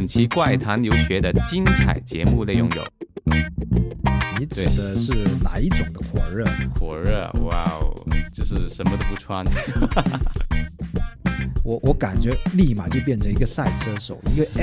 本期怪谈留学的精彩节目内容有： 你指的是哪一种的火热？ 火热，哇哦，就是什么都不穿。 我感觉立马就变成一个赛车手，一个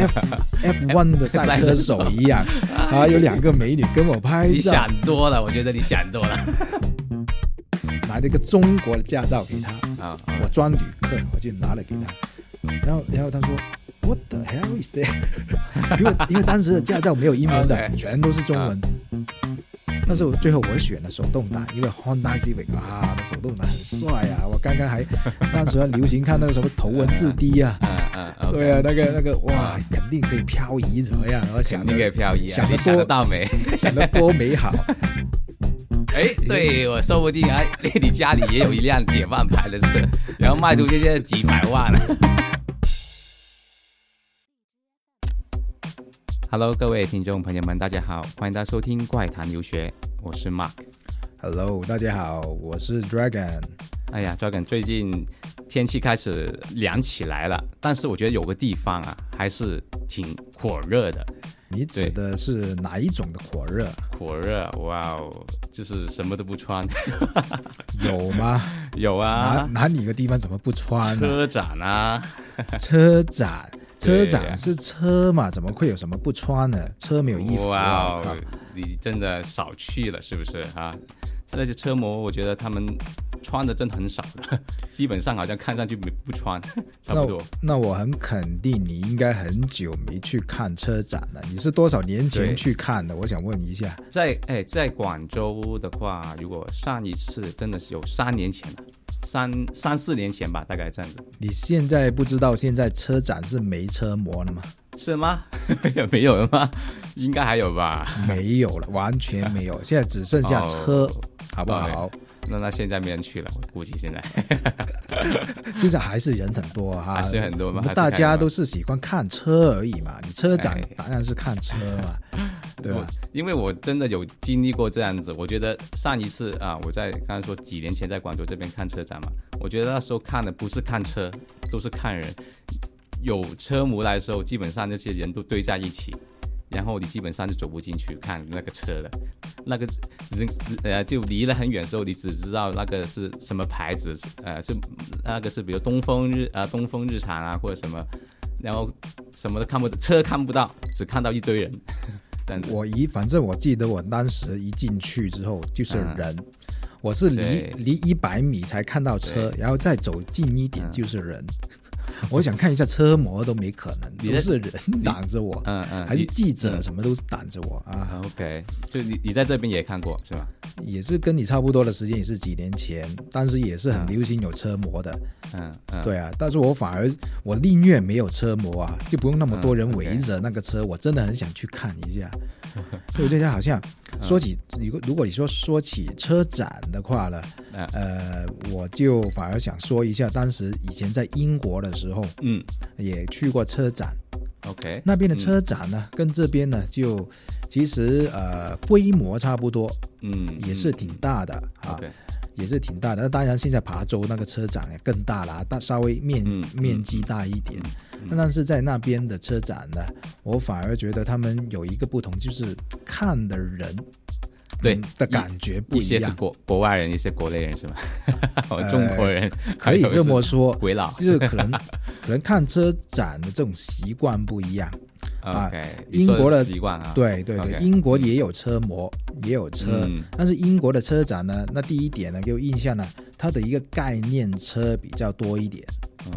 F1 的赛车手一样啊！有2个美女跟我拍照。 你想多了，我觉得你想多了。 拿了一个中国的驾照给他啊，我装旅客，我就拿了给他，然后他说 What the hell is that？ 因为当时的驾照没有英文的，全都是中文。但是最后我选了手动挡，因为 Honda Civic 啊，那手动挡很帅啊！我刚刚还当时还流行看那个什么头文字 D 啊，对啊，那个哇，肯定可以漂移怎么样？然后想肯定可以漂移啊， 想得到没？ 想得多美好！ 哎，对，我说不定啊，你家里也有一辆解放牌的车，然后卖出去现在几百万了。Hello， 各位听众朋友们，大家好，欢迎大家收听怪谈留学，我是 Mark。Hello， 大家好，我是 Dragon。 哎呀 ，Dragon， 最近天气开始凉起来了，但是我觉得有个地方啊，还是挺火热的。 你指的是哪一种的火热？ 火热，哇哦，就是什么都不穿。 有吗？ 有啊。 哪里个地方怎么不穿呢？ 车展啊。 车展是车嘛，怎么会有什么不穿呢？车没有衣服啊。 哇，你真的少去了是不是啊？那些车模我觉得他们穿的真的很少的，基本上好像看上去不穿，差不多。 那我很肯定你应该很久没去看车展了。你是多少年前去看的？我想问一下。 在广州的话，如果上一次真的是有3年前了。3-4年前吧，大概这样子。 你现在不知道现在车展是没车模了吗？ 是吗？没有了吗？应该还有吧？ 没有了，完全没有，现在只剩下车，好不好？ 那现在没人去了，我估计现在现在还是人很多哈， 还是很多嘛。 大家都是喜欢看车而已嘛，你车展当然是看车嘛，对吧？ 因为我真的有经历过这样子，我觉得上一次啊，我在刚才说几年前在广州这边看车展嘛，我觉得那时候看的不是看车，都是看人。有车模来的时候，基本上那些人都堆在一起，然后你基本上就走不进去看那个车的，那个就离得很远的时候，你只知道那个是什么牌子，是那个是比如东风日产啊或者什么，然后什么都看不到，车看不到，只看到一堆人。 反正我记得我当时一进去之后就是人，我是离100米才看到车，然后再走近一点就是人。我想看一下车模都没可能，都是人挡着我，还是记者什么都挡着我啊。 OK， 就你在这边也看过是吧？ 也是跟你差不多的时间，也是几年前，当时也是很流行有车模的。对啊，但是我反而我宁愿没有车模啊，就不用那么多人围着那个车，我真的很想去看一下。所以这下好像说起，如果你说起车展的话呢，我就反而想说一下，当时以前在英国的时候，也去过车展。 OK， 那边的车展呢，跟这边呢就其实规模差不多，也是挺大的啊。 Okay， 也是挺大的。那当然现在琶洲那个车展也更大了，稍微面积大一点。但是在那边的车展呢，我反而觉得他们有一个不同，就是看的人对的感觉不一样。 一些是国外人，一些国内人是吗？中国人可以这么说， 鬼佬就是可能看车展的这种习惯不一样。 OK， 英国的习惯啊， 对， okay， 英国也有车模，也有车，但是英国的车展呢，那第一点呢，给我印象呢，它的一个概念车比较多一点。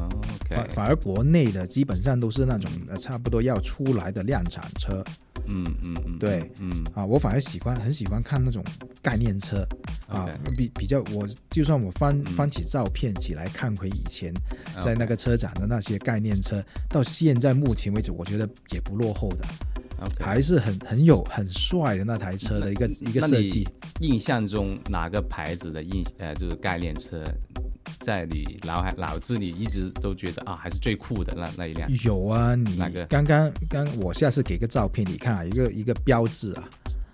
OK， 反而国内的基本上都是那种差不多要出来的量产车。对，我反而很喜欢看那种概念车啊，比较我就算我翻起照片起来看回以前在那个车展的那些概念车，到现在目前为止，我觉得也不落后的。还是很帅的那台车的一个设计。 印象中哪个牌子的就是概念车？在你脑子里一直都觉得还是最酷的那一辆。 有啊，你刚我下次给个照片你看啊，一个标志啊，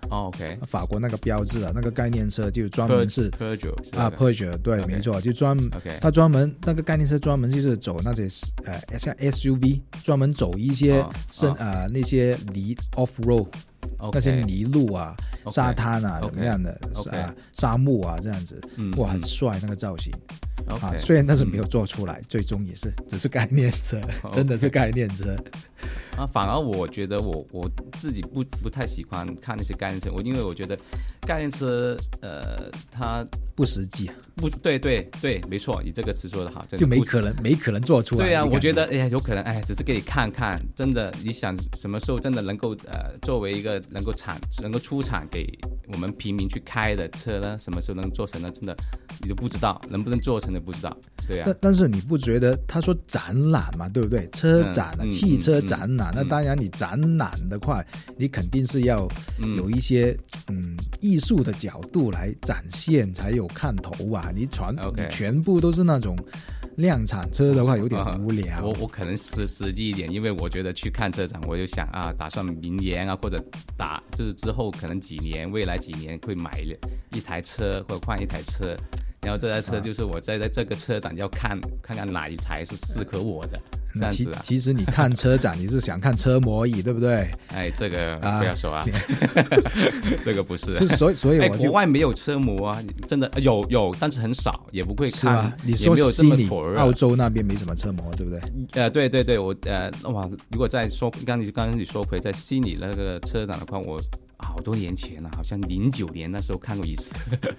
OK， 法国那个标志啊，那个概念车就专门是 Peugeot 对， okay， 没错，就 OK， 它专门那个概念车专门就是走那些像 SUV， 专门走一些那些off road。那些泥路啊、沙滩啊怎么样的沙漠啊这样子，哇，很帅那个造型。虽然但是没有做出来，最终也是只是概念车，真的是概念车。 反而我觉得我自己不太喜欢看那些概念车，因为我觉得概念车它不实际。 对，没错，你这个词说得好， 就没可能做出来。 对啊，我觉得有可能只是给你看看，真的你想什么时候真的能够作为一个能够出产给我们平民去开的车呢？什么时候能做成呢？真的你都不知道，能不能做成的不知道。对啊， 但是你不觉得他说展览嘛，对不对？车展汽车展览，那当然你展览的话，你肯定是要有一些艺术的角度来展现才有看头啊。你全部都是那种量产车的话，有点无聊。 我可能实际一点，因为我觉得去看车展，我就想打算明年或者就是之后可能未来几年会买一台车或者换一台车。然后这台车就是我在这个车展要看看哪一台是适合我的，这样子啊。 其实你看车展，你是想看车模椅，对不对？ 这个不要说啊，这个不是。 所以我国外没有车模啊，真的有，但是很少，也不会看。 是你说悉尼、澳洲那边没什么车模，对不对？ 对，我如果再说刚刚你说回在悉尼那个车展的话，我好多年前了，好像09年那时候看过一次。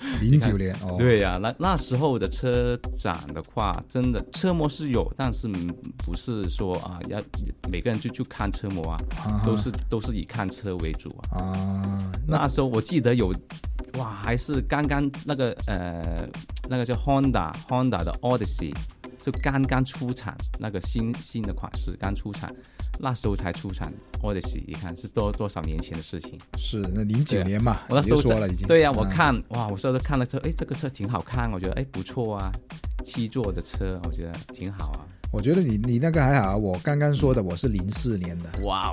09年哦， 对啊，那时候的车展的话，真的车模是有，但是不是说要每个人就去看车模都是以看车为主那时候我记得有还是刚刚那个叫 Honda 的 Odyssey。就刚刚出产那个新的款式刚出产，那时候才出产 Odyssey， 你看是多少年前的事情。 是那09年嘛， 我那时候说了已经。 对啊，我看我说看了车，这个车挺好看，我觉得不错啊，7座的车，我觉得挺好啊。 我觉得你那个还好，我刚刚说的我是04年的。 哇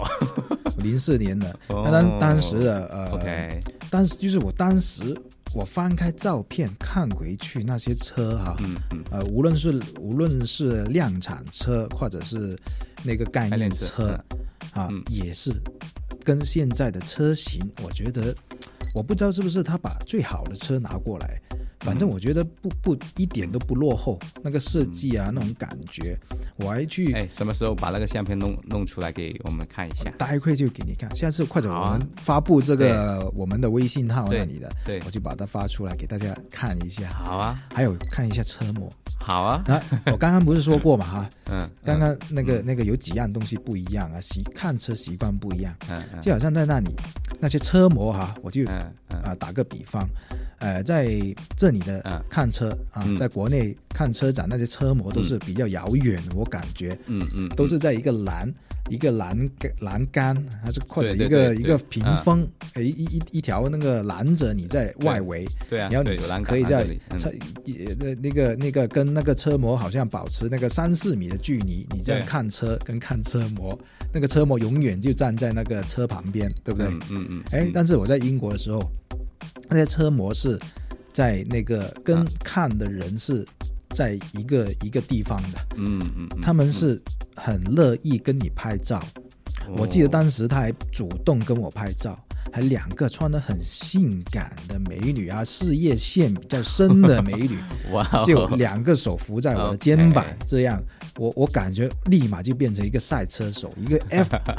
，04年的，那当时的 OK， 但是就是当时我翻开照片看回去那些车无论是量产车或者是那个概念车也是跟现在的车型，我觉得我不知道是不是他把最好的车拿过来。反正我觉得不一点都不落后，那个设计那种感觉，我还去什么时候把那个相片弄出来给我们看一下？ 待会就给你看，下次或者我们发布这个我们的微信号那里的，对，我就把它发出来给大家看一下。 好啊， 还有看一下车模。 好啊， 我刚刚不是说过嘛刚刚那个有几样东西不一样看车习惯不一样，就好像在那里那些车模我就打个比方。在这里的看车在国内看车展那些车模都是比较遥远，我感觉都是在一个栏杆还是或者一个屏风，一条那个拦着你在外围， 对啊， 然后你可以在那个跟那个车模好像保持那个3-4米的距离，你这样看车跟看车模，那个车模永远就站在那个车旁边，对不对？但是我在英国的时候，那些车模是在那个跟看的人是在一个地方的，他们是很乐意跟你拍照。我记得当时他还主动跟我拍照，还2个穿得很性感的美女事业线比较深的美女，就2个手扶在我的肩膀，这样我感觉立马就变成一个赛车手，一个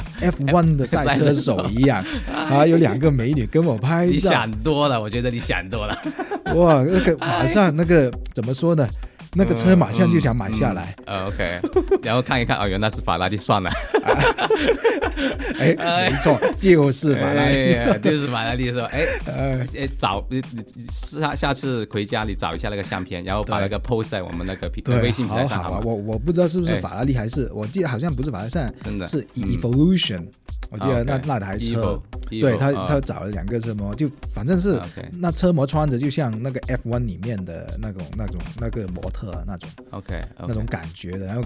F1 的赛车手一样有2个美女跟我拍照。 你想多了，我觉得你想多了。 哇，那个马上那个怎么说呢？那个车马上就想买下来。 OK， 然后看一看，原来是法拉利，算了。 没错，就是法拉利， 就是法拉利说，找下次回家你找一下那个相片，然后把那个 post 在我们那个微信平台上。 好，我不知道是不是法拉利，还是我记得好像不是法拉利， 真的是 Evolution。我记得那台车，对他找了2个车模，就反正是那车模穿着就像那个 F1 里面的那个模特那种 OK 那种感觉的，然后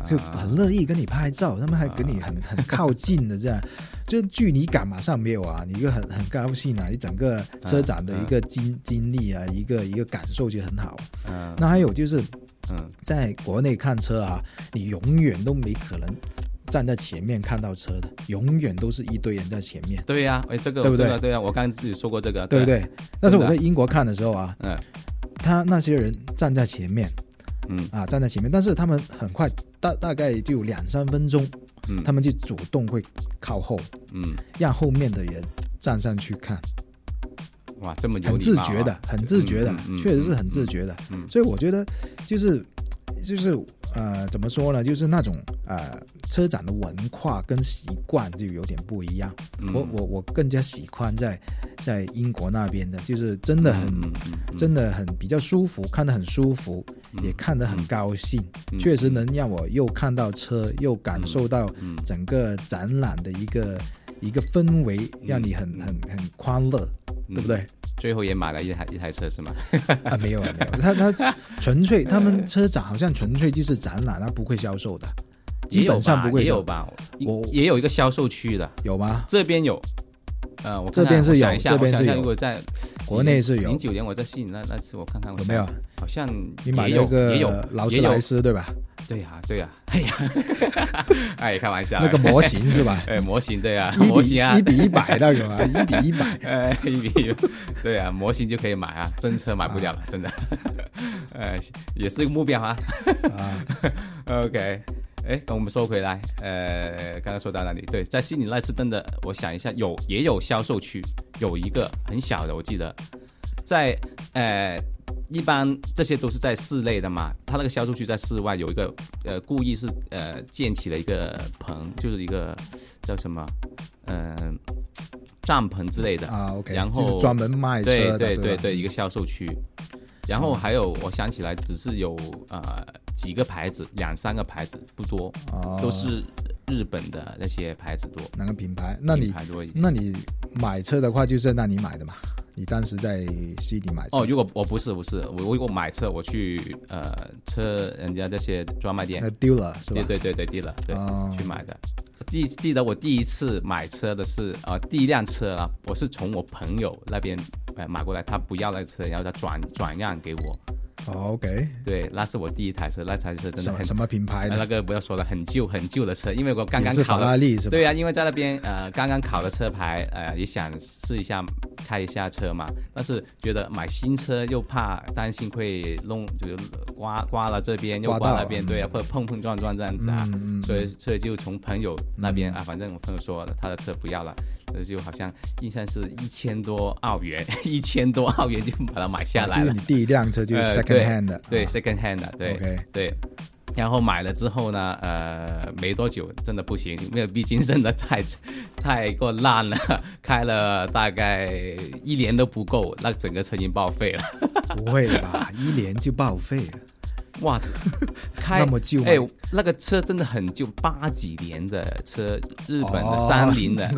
就很乐意跟你拍照，他们还跟你很靠近的这样，就距离感马上没有啊，你一个很高兴啊，你整个车展的一个经历啊，一个感受就很好。那还有就是在国内看车啊，你永远都没可能站在前面看到车的，永远都是一堆人在前面。 对呀，这个对不对？对啊，我刚刚自己说过这个， 对不对？但是我在英国看的时候啊，他那些人站在前面，站在前面，但是他们很快大概就2-3分钟，他们就主动会靠后，让后面的人站上去看。 哇，这么有礼貌啊， 很自觉的，确实是很自觉的。所以我觉得就是怎么说呢？就是那种车展的文化跟习惯就有点不一样。我更加喜欢在英国那边的，就是真的很比较舒服，看得很舒服，也看得很高兴。确实能让我又看到车，又感受到整个展览的一个氛围，让你很欢乐，对不对？ 最后也买了一台车是吗？ 没有，他纯粹他们车展好像纯粹就是展览，他不会销售的，基本上不会。 也有吧，也有一个销售区的， 有吗？ 这边有，我这边是有， 这边是有。如果在国内是有 09年我在悉尼那次我看看有没有， 好像你买了个劳斯莱斯对吧？ 对呀，哎，开玩笑， 那个模型是吧？ 模型对啊，模型啊 ，1:100那个嘛，1:100， 对啊，模型就可以买啊，真车买不了了，真的，也是个目标啊。OK， 跟我们说回来，刚刚说到哪里？对，在悉尼那次真的，我想一下，也有销售区，有一个很小的，我记得在一般这些都是在室内的嘛，它那个销售区在室外有一个故意是建起了一个棚，就是一个叫什么帐篷之类的 OK， 然后就是专门卖车的， 对，一个销售区。然后还有我想起来，只是有几个牌子，2-3个牌子不多，都是日本的那些牌子多。 哪个品牌？那你买车的话，就是在那里买的嘛？你当时在悉尼买车？ 如果我不是，我如果买车，我去车人家这些专卖店 ，dealer 是吧？ 对 dealer 对，去买的。记得我第一次买车的是第一辆车啊，我是从我朋友那边买过来，他不要那个车，然后他转让给我。 OK， 对，那是我第一台车，那台车真的什么品牌的？ 那个不要说了，很旧的车，因为我刚刚考是法拉利是吧？ 对啊，因为在那边刚刚考了车牌，也想试一下开一下车嘛，但是觉得买新车又怕担心会弄，就是刮了这边又刮那边，对啊，或者碰撞这样子啊，所以就从朋友那边反正我朋友说他的车不要了。就好像印象是1000多澳元，1000多澳元就把它买下来了。 就是你第一辆车就是 second hand 的， 对 second hand 的，对 ，OK， 对。然后买了之后呢，没多久真的不行，因为毕竟真的太过烂了，开了大概1年都不够，那整个车已经报废了。 不会吧，1年就报废了？ 哇， 那么旧？ 那个车真的很旧，80几年的车，日本的30的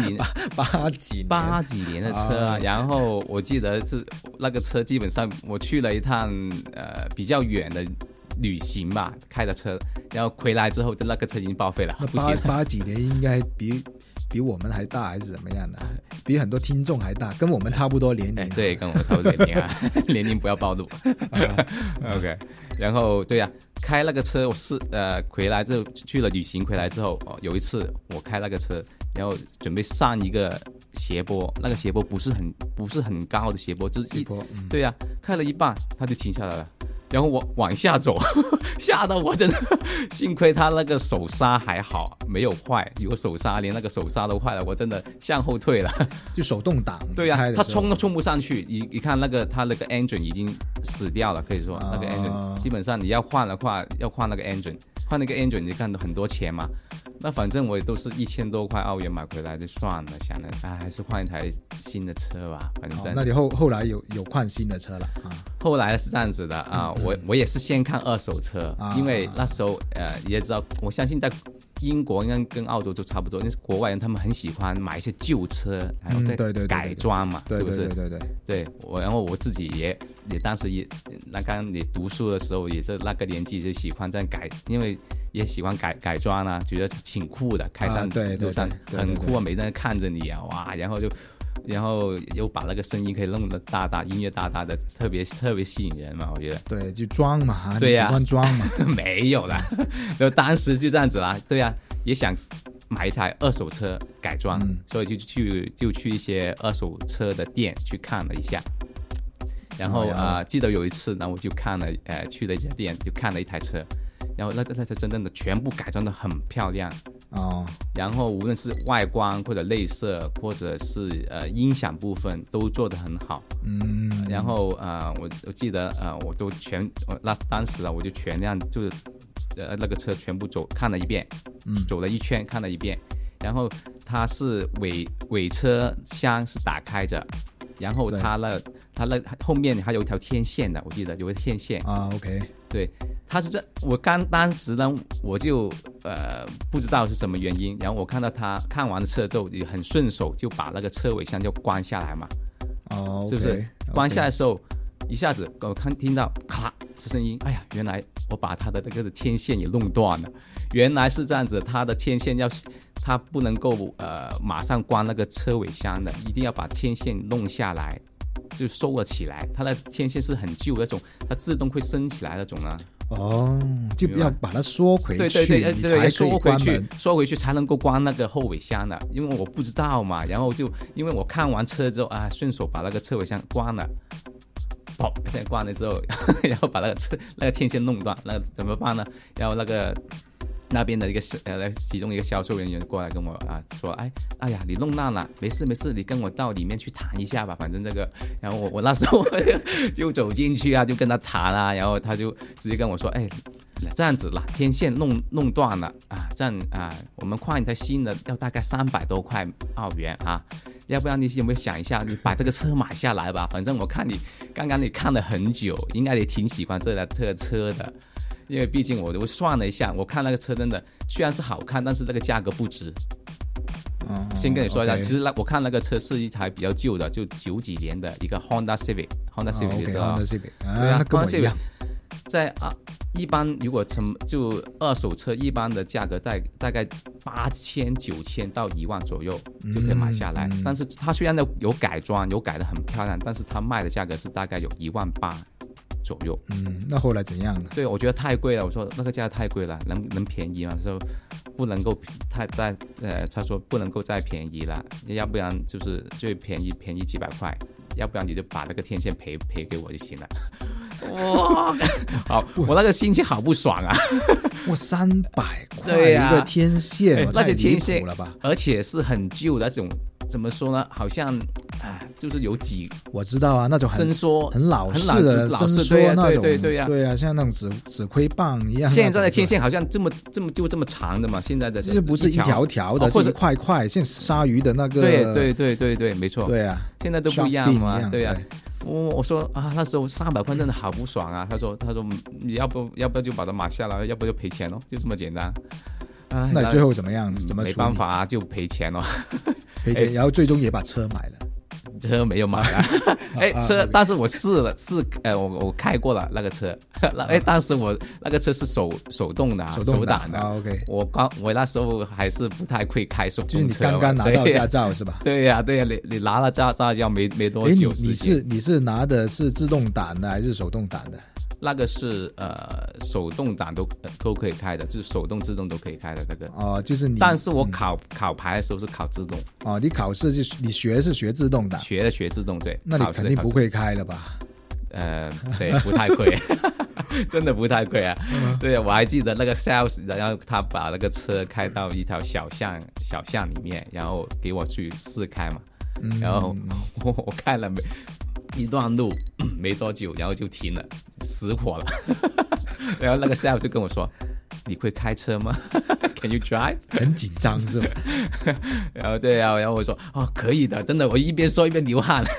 80几年的车啊。然后我记得是那个车，基本上我去了一趟比较远的旅行吧，开的车，然后回来之后，那个车已经报废了，不行。 80几年应该比我们还大还是怎么样的？比很多听众还大，跟我们差不多年龄。 对，跟我们差不多年龄啊，年龄不要暴露。OK， 然后对啊，开那个车我是回来之后去了旅行，回来之后有一次我开那个车，然后准备上一个斜坡，那个斜坡不是很高的斜坡，就是对啊，开了一半它就停下来了。然后我往下走，吓到我真的，幸亏他那个手刹还好没有坏，如果手刹连那个手刹都坏了，我真的向后退了。 就手动挡。 对啊，他冲都冲不上去，一看他那个 engine 已经死掉了，可以说那个 engine 基本上你要换的话要换那个 engine， 换那个 engine 你看都很多钱嘛。那反正我也都是1000多块澳元买回来就算了，想着还是换一台新的车吧，反正。 那你后来有换新的车了啊？ 后来是这样子的啊，我也是先看二手车，因为那时候你也知道，我相信在英国应该跟澳洲都差不多，因为国外人他们很喜欢买一些旧车，然后再改装嘛，是不是？对，然后我自己也当时也，那刚你读书的时候也是那个年纪就喜欢这样改，因为也喜欢改装啊，觉得挺酷的，开上路上很酷啊，没人看着你啊，哇，然后又把那个声音可以弄得大大，音乐大大的，特别吸引人嘛，我觉得。 对，就装嘛， 对呀， 喜欢装嘛。 没有啦，就当时就这样子啦。对呀，也想买一台二手车改装，所以就去一些二手车的店去看了一下。然后记得有一次呢，我就看了去了一家店，就看了一台车，然后那台车真的全部改装的很漂亮。然后无论是外观或者内饰或者是音响部分都做得很好。然后我记得我都当时我就全辆就是那个车全部看了一遍，走了一圈看了一遍。然后它是尾车厢是打开着，然后它那后面还有一条天线的，我记得有个天线 OK， 对，它是我当时呢我就不知道是什么原因，然后我看到他看完了车之后也很顺手就把那个车尾箱就关下来嘛，是不是？关下来的时候一下子我听到咔这声音，哎呀，原来我把他的那个天线也弄断了。原来是这样子，他的天线他不能够马上关那个车尾箱的，一定要把天线弄下来，就收了起来。它的天线是很旧那种，它自动会升起来那种呢。 就不要把它缩回去， 对，缩回去才能够关那个后尾箱的，因为我不知道嘛。然后就因为我看完车之后顺手把那个车尾箱关了。现在关了之后，然后把那个天线弄断，那怎么办呢？然后那边的其中一个销售人员过来跟我说，哎呀，你弄烂了，没事，你跟我到里面去谈一下吧，反正这个。然后我那时候就走进去就跟他谈然后他就直接跟我说，这样子啦，天线弄断了这样我们换一台新的要大概300多块澳元要不然你有没有想一下，你把这个车买下来吧？反正我看你刚刚看了很久，应该也挺喜欢这个车的，因为毕竟我算了一下，我看那个车真的虽然是好看，但是那个价格不值。先跟你说一下，其实我看那个车是一台比较旧的，就90几年的一个 Honda Civic，Honda Civic 就知道。 Honda Civic， 对啊， 跟我一样。 在一般如果就二手车一般的价格在大概8000、9000到1万左右就可以买下来，但是它虽然有改装，有改得很漂亮，但是它卖的价格是大概有18000左右。 那后来怎样呢？ 对，我觉得太贵了，我说那个价太贵了，能便宜吗？说不能够他说不能够再便宜了，要不然就是最便宜几百块，要不然你就把那个天线赔给我就行了。哇，好，我那个心情好不爽哇，300块一个天线， 那些天线了吧？ 而且是很旧的那种，怎么说呢？好像就是有我知道那种伸缩很老式的伸缩那种， 对啊，像那种指挥棒一样。 现在的天线好像这么长的嘛，现在的就不是一条条的，或者块，像鲨鱼的那个。 对，没错。 对啊， 现在都不一样嘛，对啊。我说那时候300块真的好不爽他说你要不就把它买下来，要不就赔钱咯，就这么简单。 那你最后怎么样？怎么没办法就赔钱咯。 赔钱，然后最终也把车买了。 车没有买车，但是我试了我开过了那个车。当时我那个车是手动的手挡的。 OK， 我那时候还是不太会开手动车。 就是你刚刚拿到驾照是吧？ 对呀，你拿了驾照没多久时间。 你是拿的是自动挡的还是手动挡的？ 那个是手动挡都可以开的，就是手动自动都可以开的那个。 就是你。 但是我考牌的时候是考自动。 你考试你学自动挡。 学自动，对。 那你肯定不会开了吧？ 对，不太会。真的不太贵对啊，我还记得那个 sales， 然后他把那个车开到一条小巷里面，然后给我去试开嘛。然后我开了一段路没多久，然后就停了，死火了。然后那个 sales 就跟我说：“你会开车吗？Can you drive？” 很紧张是吧？ 然后对啊，然后我说：“可以的，真的。”我一边说一边流汗。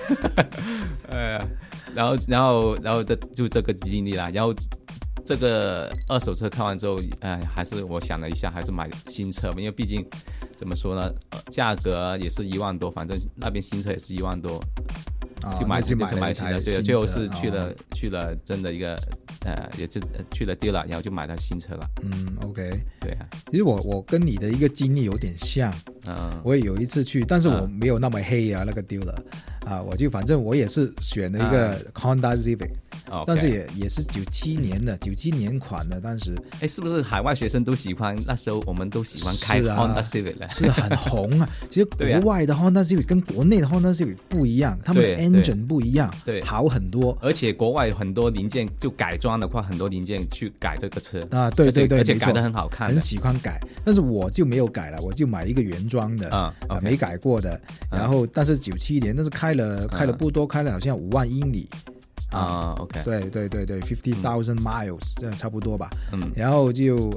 然后就这个经历啦。然后这个二手车看完之后，还是我想了一下，还是买新车，因为毕竟怎么说呢，价格也是1万多，反正那边新车也是1万多。 就买新车，最后是去了真的一个也是去了 dealer， 然后就买了新车了。 OK， 对啊。 其实我跟你的一个经历有点像，我也有一次去，但是我没有那么黑啊，那个 dealer 我就反正我也是选了一个 Honda Civic。但是也是97年的，97年款的，当时是不是海外学生都喜欢？那时候我们都喜欢开 Honda Civic 了， 是很红啊。其实国外的 Honda Civic 跟国内的 Honda Civic 不一样，他们的 engine 不一样， 对， 好很多。 而且国外有很多零件就改装的话，很多零件去改这个车对， 而且改得很好看， 很喜欢改。但是我就没有改了，我就买一个原装的，没改过的。然后但是97年，但是开了不多，开了好像5万英里。 OK， 对，50,000 miles， 这样差不多吧。然后就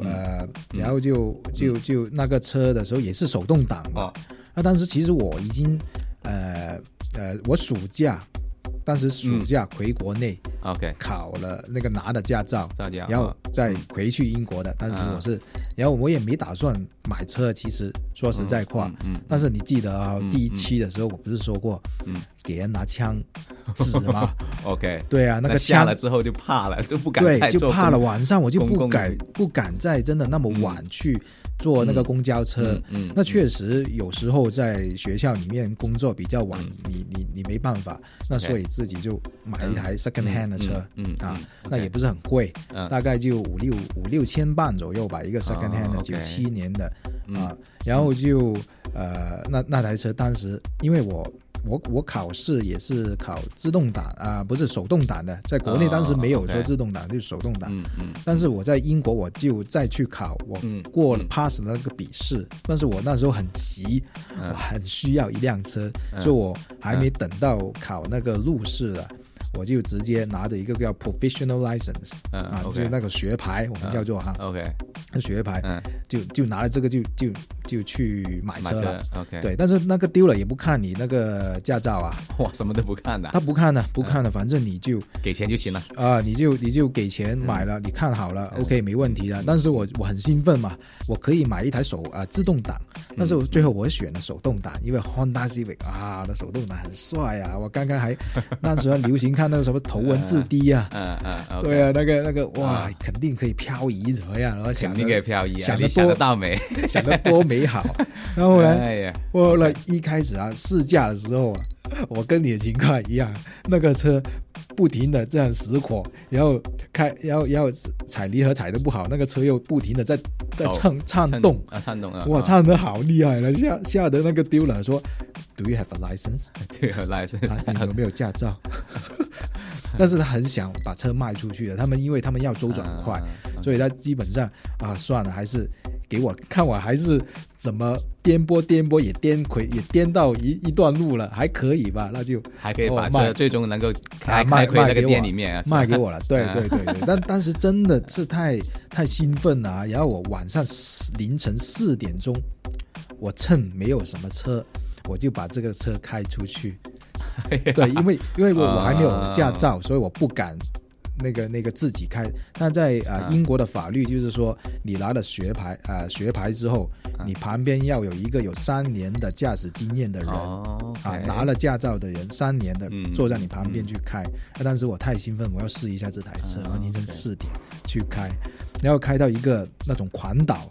那个车的时候也是手动挡的。那当时其实我已经我当时暑假回国内 ，OK， 考了那个拿的驾照，然后再回去英国的。当时然后我也没打算买车，其实说实在话，但是你记得第一期的时候我不是说过，给人拿枪指吗 ？OK， 对啊，那个枪下了之后就怕了，就不敢再就怕了，晚上我就不敢再真的那么晚去坐那个公交车。那确实有时候在学校里面工作比较晚，你没办法，那所以自己就买一台 second hand 的车，那也不是很贵，大概就5-6千镑左右吧，一个 second hand 的97年的然后就那台车当时因为我考试也是考自动挡不是手动挡的，在国内当时没有说自动挡，就是手动挡。但是我在英国我就再去考，我过了 pass 了那个笔试，但是我那时候很急，我很需要一辆车，所以我还没等到考那个路试了，我就直接拿着一个叫 professional license 就是那个学牌，我们叫做 OK， 那学牌，就拿了这个就去买车了。 OK， 对，但是那个丢了也不看你那个驾照啊， 哇，什么都不看的， 他不看的，反正你就给钱就行了你就给钱买了，你看好了，OK 没问题的。但是我很兴奋嘛，我可以买一台自动挡，但是最后我选了手动挡，因为 Honda Civic 那手动挡很帅啊，我刚刚还那时候流行看那个什么头文字 D 啊，对啊，那个哇，肯定可以漂移怎么样？然后肯定可以漂移， 想得到没？ 想得多美好。然后后来一开始试驾的时候我跟你的情况一样，那个车不停的这样死火，然后踩离合踩得不好，那个车又不停的在颤动，哇，颤得好厉害了，吓得那个丢了说 Do you have a license？ Do you have a license？ 你有没有驾照？但是他很想把车卖出去的，因为他们要周转快，所以他基本上算了，还是给我看我还是怎么颠簸也颠到一段路了，还可以吧？那就还可以把车最终能够开回那个店里面卖给我了。对，但当时真的是太兴奋了然后我晚上凌晨4点钟，我趁没有什么车，我就把这个车开出去。对，因为我还没有驾照，所以我不敢那个自己开。但在英国的法律就是说，你拿了学牌之后，你旁边要有一个有3年的驾驶经验的人拿了驾照的人3年的坐在你旁边去开。但是我太兴奋，我要试一下这台车，然后凌晨4点去开，然后开到一个那种环岛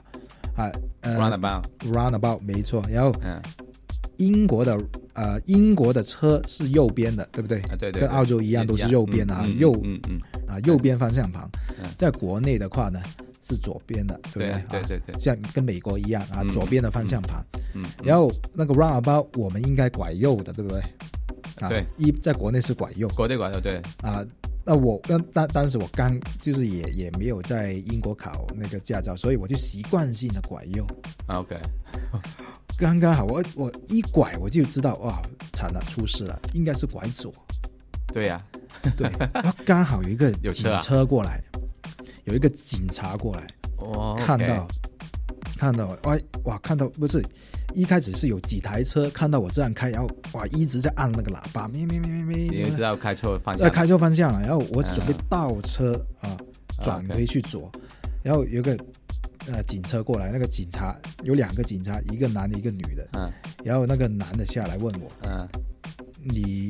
，roundabout 没错，然后英国的车是右边的，对不对？ 对， 跟澳洲一样都是右边的右边方向盘。在国内的话呢是左边的，对不对？对，像跟美国一样左边的方向盘。然后那个 roundabout 我们应该拐右的，对不对？对，在国内是拐右， 国内拐右，对那当时我刚就是也没有在英国考那个驾照，所以我就习惯性的拐右。 OK， 刚刚好，我一拐我就知道惨了，出事了，應該是拐左。 对呀， 对，刚好有一个警车过来，有一个警察过来，看到，哇，看到不是一开始是有几台车看到我这样开，然后哇一直在按那个喇叭，咩， 你知道开错方向， 开错方向了，然后我准备倒车转回去左，然后有个警车过来，那个警察有2个警察，一个男的一个女的，然后那个男的下来问我，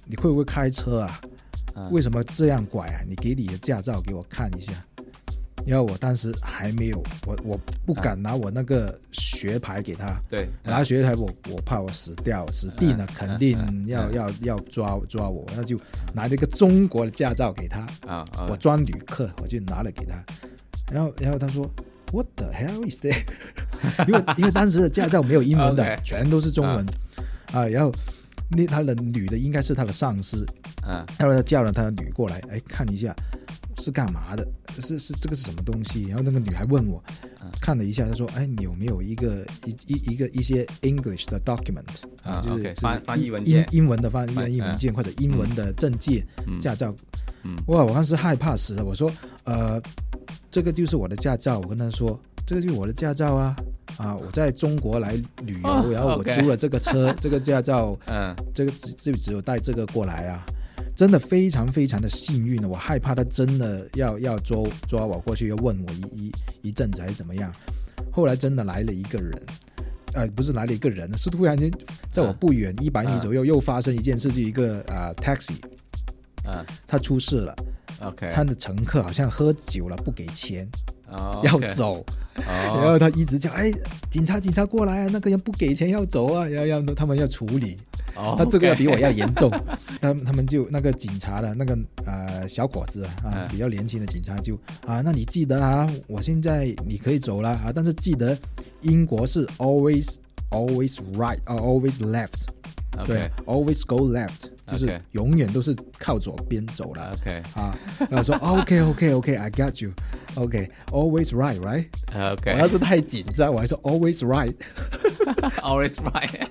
你会不会开车啊？为什么这样拐啊？你给你的驾照给我看一下。因为我当时还没有，我不敢拿我那个学牌给他， 对， 拿学牌我怕我死定了，肯定要抓我，那就拿了一个中国的驾照给他，我装旅客，我就拿了给他，然后他说 What the hell is that？ 因为当时的驾照没有英文的， okay. 全都是中文然后他的女的应该是他的上司，然后他叫了他的女过来，看一下。是干嘛的？是这个是什么东西？然后那个女孩问我，看了一下，她说：“你有没有一些 English 的 document 就是翻译文件， 英文的翻译文件或者英文的证件、驾照。”哇，我当时害怕死了。我说：“这个就是我的驾照。”我跟她说：“这个就是我的驾照啊！我在中国来旅游，然后我租了这个车，这个驾照，这个只有带这个过来啊。”真的非常非常的幸运，我害怕他真的要抓我过去，要问我一阵子还是怎么样。后来真的来了一个人，不是来了一个人，是突然间在我不远100米左右又发生一件事，就一个taxi，他出事了。 OK， 他的乘客好像喝酒了不给钱，要走，然后他一直叫警察过来啊，那个人不给钱要走啊，要他们要处理。他这个比我要严重，他们就那个警察的那个小伙子比较年轻的警察就那你记得我现在你可以走了但是记得英国是 always right always left， 对 always go left， 就是永远都是靠左边走了。然后说 OK I got you OK always right right OK， 我要是太紧张我还说 always right always right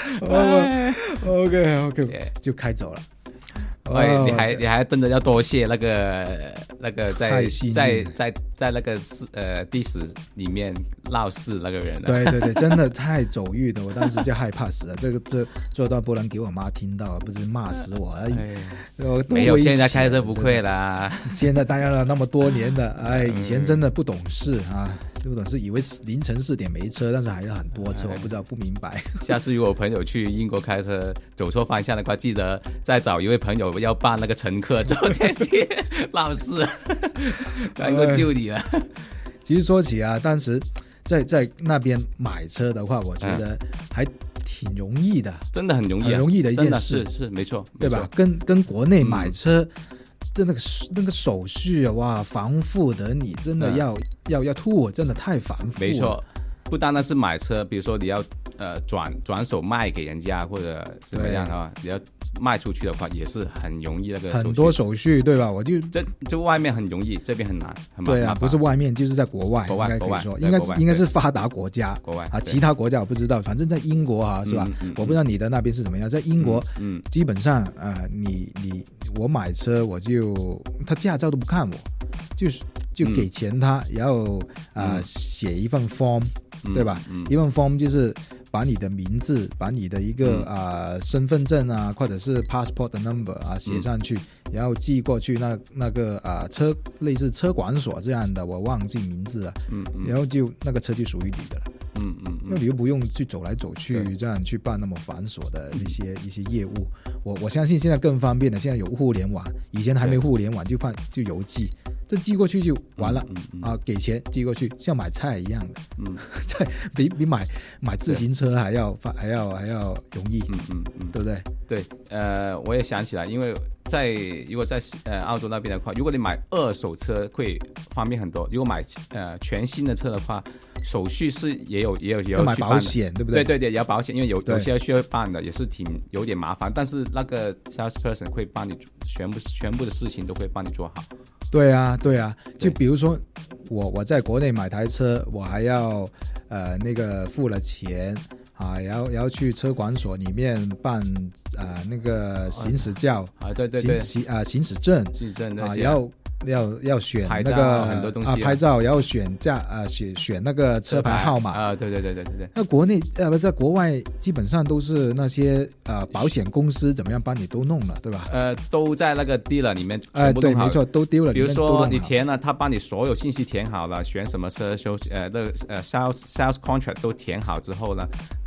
OK 就开走了。 你还真的要多谢那个在那个历史里面闹事那个人对，真的太走运的，我当时就害怕死了。这段不能给我妈听到，不是骂死我。 没有，现在开车不愧啦。 现在当然了，那么多年的，以前真的不懂事不懂事，以为凌晨4点没车，但是还有很多车，我不知道不明白。 下次如果朋友去英国开车走错方向的话，记得再找一位朋友要扮那个乘客坐电梯闹事，才能够救你了。 其实说起当时在那边买车的话，我觉得还挺容易的， 真的很容易， 很容易的一件事， 是没错， 对吧？跟国内买车。那个手续哇，繁复的你真的要吐，真的太繁复了。 没错，不单单是买车，比如说你要转手卖给人家或者怎么样的话，你要卖出去的话也是很容易那个手续， 很多手续对吧？我就外面很容易，这边很难，很麻烦。 对啊，不是外面就是在国外应该可以说应该是发达国家， 国外其他国家我不知道，反正在英国是吧？我不知道你的那边是怎么样，在英国基本上我买车他驾照都不看我，就给钱他，然后写一份 form，对吧？一份 form 就是把你的名字，把你的一个身份证或者是 passport 的 number 写上去，然后寄过去那个类似车管所这样的，我忘记名字了，然后就那个车就属于你的了。那你又不用去走来走去这样去办那么繁琐的一些业务。我相信现在更方便了，现在有互联网，以前还没互联网就邮寄，这寄过去就完了给钱寄过去，像买菜一样的，比买自行车还要容易，对不对？ 对，我也想起来，因为如果在澳洲那边的话，如果你买二手车会方便很多，如果买全新的车的话，手续是也有要买保险，对不对？ 对，也要保险，因为有些需要办的，也是有点麻烦，但是那个 salesperson 会帮你全部的事情都会帮你做好。 对啊，就比如说我在国内买台车，我还要那个付了钱然后去车管所里面办那个行驶照对行驶证那些要选那个很多东西拍照，然后选那个车牌号码对。 那国内在国外基本上都是那些保险公司怎么样帮你都弄了，对吧？ 都在那个 dealer 里面全部弄好， 对，没错，都丢了。 比如说你填了，他帮你所有信息填好了，选什么车sales contract 都填好之后呢，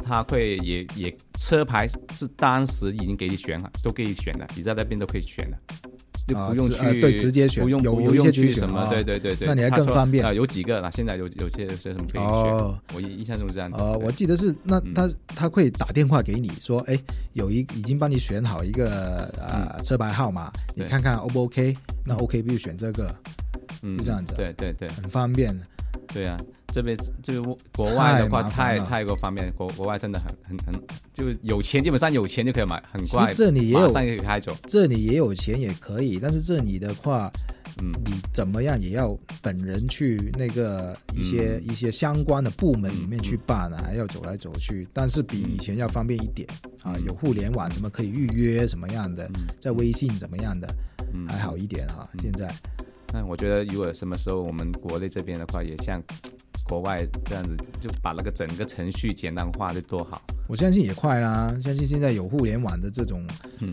他会也车牌是当时已经给你选了，都给你选的，你在那边都可以选的。就不用去、 对，直接选， 不用去什么，对， 那你还更方便。 有几个啦，现在有些什么可以选，我印象中是这样子。 我记得是那他会打电话给你说，哎，已经帮你选好一个车牌号码，你看看 O 不 OK？ 那 OK 必须选这个，就这样子。 对， 很方便。 对啊，这边就是国外的话太过方便，国外真的很就有钱，基本上有钱就可以买，很快， 这里也有， 马上可以开走。 这里也有钱也可以，但是这里的话，你怎么样也要本人去那个一些相关的部门里面去办啊，还要走来走去，但是比以前要方便一点有互联网什么可以预约什么样的，在微信怎么样的，还好一点现在。 那我觉得如果什么时候我们国内这边的话也像国外这样子，就把那个整个程序简单化就多好。 我相信也快啦，相信现在有互联网的这种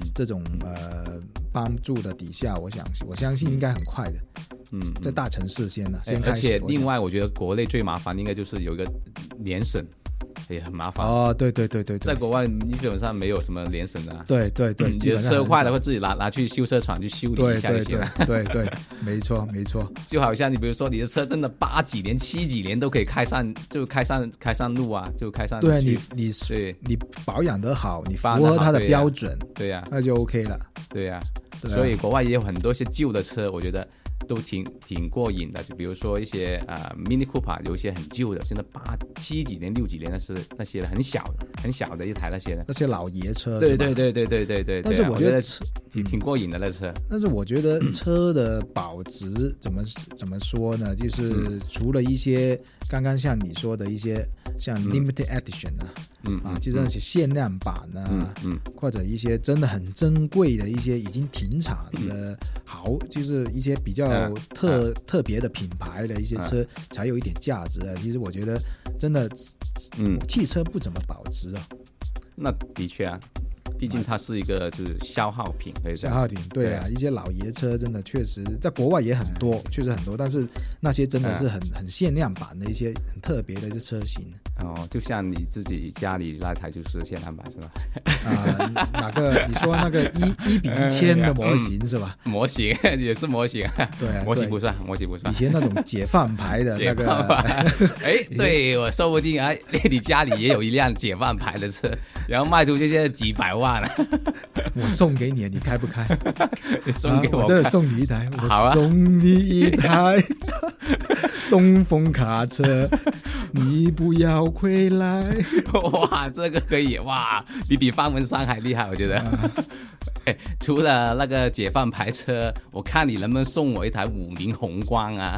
帮助的底下，我相信应该很快的。在大城市先开始。 而且另外我觉得国内最麻烦应该就是有一个联审，也很麻烦。 对， 在国外你基本上没有什么联审的。 对， 你的车坏了会自己拿去修车厂去修理一下就行了。 对，没错。 就好像你比如说你的车真的8几年7几年都可以开上路啊，就开上去。 对，你保养得好，你符合它的标准， 对呀， 那就 OK 了。 对呀，所以国外也有很多些旧的车，我觉得都挺过瘾的。就比如说一些Mini Cooper， 有一些很旧的，真的7几年6几年的是那些很小的一台那些老爷车。 对。 但是我觉得挺过瘾的那车。 但是我觉得车的保值怎么说呢？就是除了一些刚刚像你说的一些像 limited edition 就是那些限量版或者一些真的很珍贵的一些已经停产的就是一些比较特别的品牌的一些车才有一点价值其实我觉得真的汽车不怎么保值那的确毕竟它是一个就是消耗品， 消耗品。对啊，一些老爷车真的确实在国外也很多，确实很多，但是那些真的是很限量版的一些很特别的一些车型。 就像你自己家里那台就是限量版是吧？ 哪个？你说那个1比1000的模型是吧？ 模型也是模型， 对， 模型不算。以前那种解放牌的那个， 对，我说不定你家里也有一辆解放牌的车，然后卖出去现在几百万了。 我送给你，你开不开？ 你送给我， 我真的送你一台。 好啊， 我送你一台东风卡车，你不要回来。 哇，这个可以哇，比方文山还厉害，我觉得。除了那个解放牌车，我看你能不能送我一台50宏光啊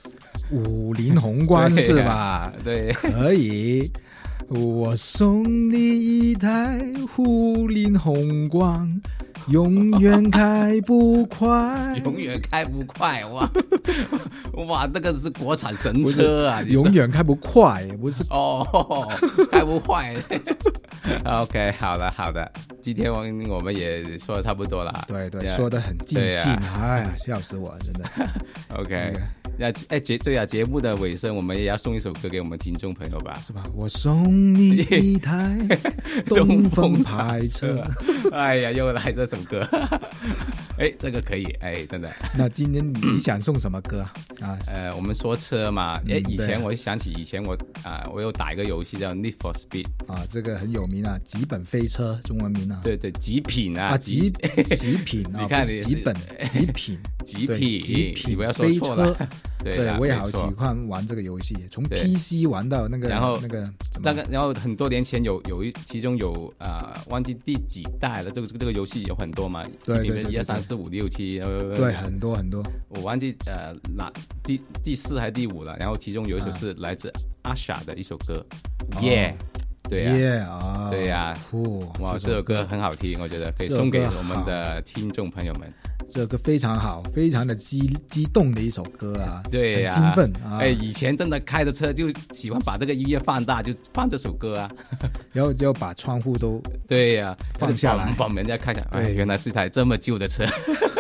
？50宏光是吧？ 对， 可以。我送你一台50宏光，永远开不快。 永远开不快，哇，这个是国产神车啊！ 永远开不快，不是开不坏。OK， 好的，今天我们也说的差不多了。 对，说得很尽兴，笑死我了，真的。 OK。对啊，节目的尾声我们也要送一首歌给我们听众朋友吧， 是吧？我送你一台东风牌车。 哎呀，又来这首歌。这个可以，真的。 那今天你想送什么歌我们说车嘛，以前我想起我有打一个游戏叫 Need for Speed 这个很有名极本飞车中文名对，极品极品你看你极品，你不要说错了。 对，我也好喜欢玩这个游戏，从 PC 玩到那个， 然后很多年前其中有忘记第几代了，这个游戏有很多嘛， 对 1、2、3、4、5、6、7， 对，很多， 我忘记第4还是第5了，然后其中有一首是来自阿莎的一首歌，Yeah。对呀，哇，这首歌很好听，我觉得可以送给我们的听众朋友们。 这个非常好，非常的激动的一首歌对呀， 很兴奋以前真的开着车就喜欢把这个音乐放大，就放这首歌然后就把窗户都对呀放下来， 帮人家看一下，原来是一台这么旧的车，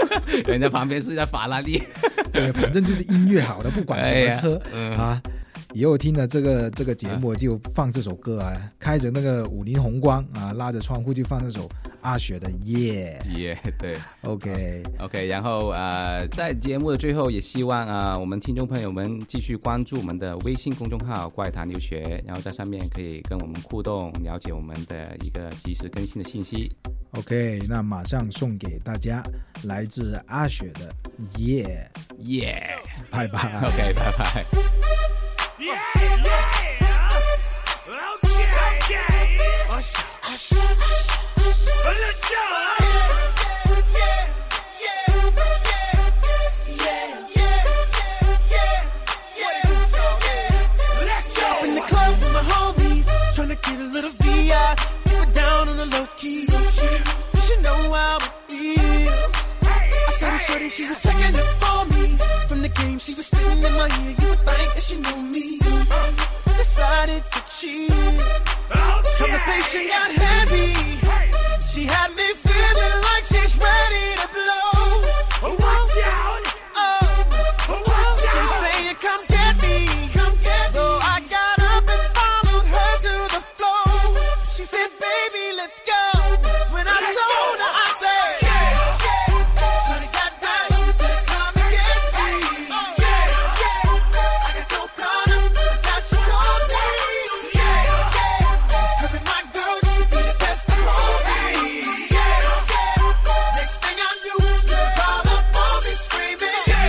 人家旁边是一台法拉利， 对，反正就是音乐好的，不管什么车以后听了这个节目就放这首歌啊，开着那个50红光啊，拉着窗户就放那首阿雪的耶耶，对 ，OK， 然后在节目的最后，也希望我们听众朋友们继续关注我们的微信公众号怪谈留学，然后在上面可以跟我们互动，了解我们的一个及时更新的信息。 OK， 那马上送给大家来自阿雪的耶耶， 拜拜。 OK， 拜拜。 Get a little VI, keep it down on the low key. You should know how it feels. I saw the shorty, she was checking up for me. From the game, she was sitting in my ear. You would think that she knew me. Decided to cheat. Conversation got heavy. She had me feeling like she's ready to blow. Watch out! She's saying, come get me. So I got up and followed her to the floor. She said, baby, let's go. When I told her, I said, Shorty got down, she said, come and get me. I got so caught up that she told me, her and my girl, she be the best of all me. Next thing I knew, she was all up on me screaming.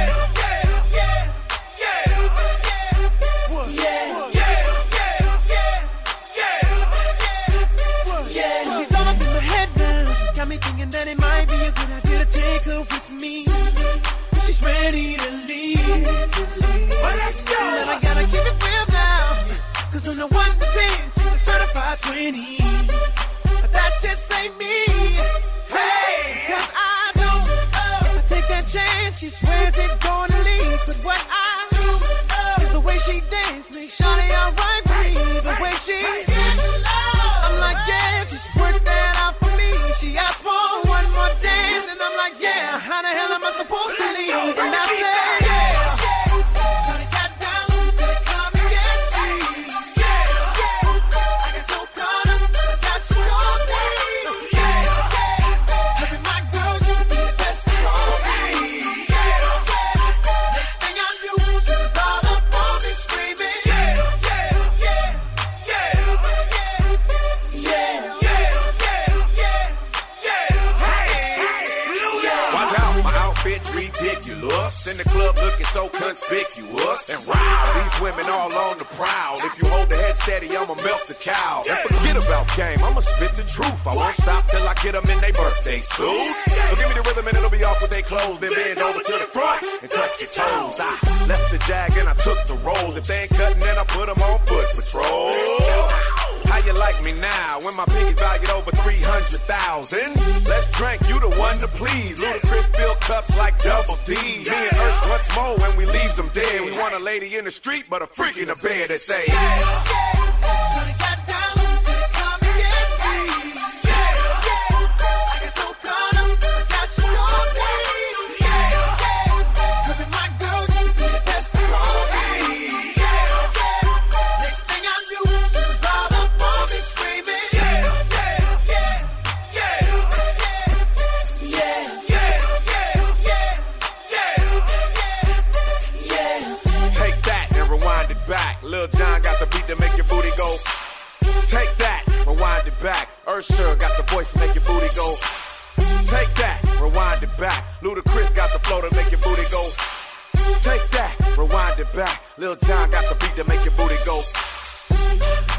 She's all up in my head now. Got me thinking that it might be a good idea to take her with me. She's ready to leave. Well, let's go. And I gotta keep it real now. Cause on the 1 to 10, she's a certified 20. But that just ain't me. Hey, cause I know if I take that chance, she swears it's gonna leave. But what I do is the way she dance makes Shawty alright with me. The way she I'm like, yeah, just work that out for me. She asked for one more dance, and I'm like, yeah, how the hell am I supposed to leave? And I said, Shawty got down, said, come and get me. I got so caught up that she told me, her and my girl, you be the best of all me. Next thing I knew, she was all up on me screaming. Watch out, my outfit's ridiculous. In the club looking so conspicuous. And wow, these women all on the prowl. If you hold the head steady, I'ma melt the cow. And forget about game, I'ma spit the truth. I won't stop till I get them in their birthday suits. So give me the rhythm and it'll be off with their clothes. Then bend over to the front and touch your toes. I left the jag and I took the rolls. If they ain't cutting, then I put them on foot patrol. How you like me now when my pinkies valued over 300,000? Let's drink, you the one to please. Ludacris fill cups like Double D. Me and Ursh once more when we leaves them dead. We want a lady in the street, but a freak in the bed that say, Shawty got down, said, come and get me. I got so caught up that she told me, her and my girl, you be the best of all me. Next thing I knew, she was all up on me screaming. take that and rewind it back. Lil Jon got the beat to make your booty go. Take that, rewind it back. Usher got the voice to make your booty go. Take that, rewind it back. Ludacris got the flow to make your booty go. Take that, rewind it back. Lil Jon got the beat to make your booty go.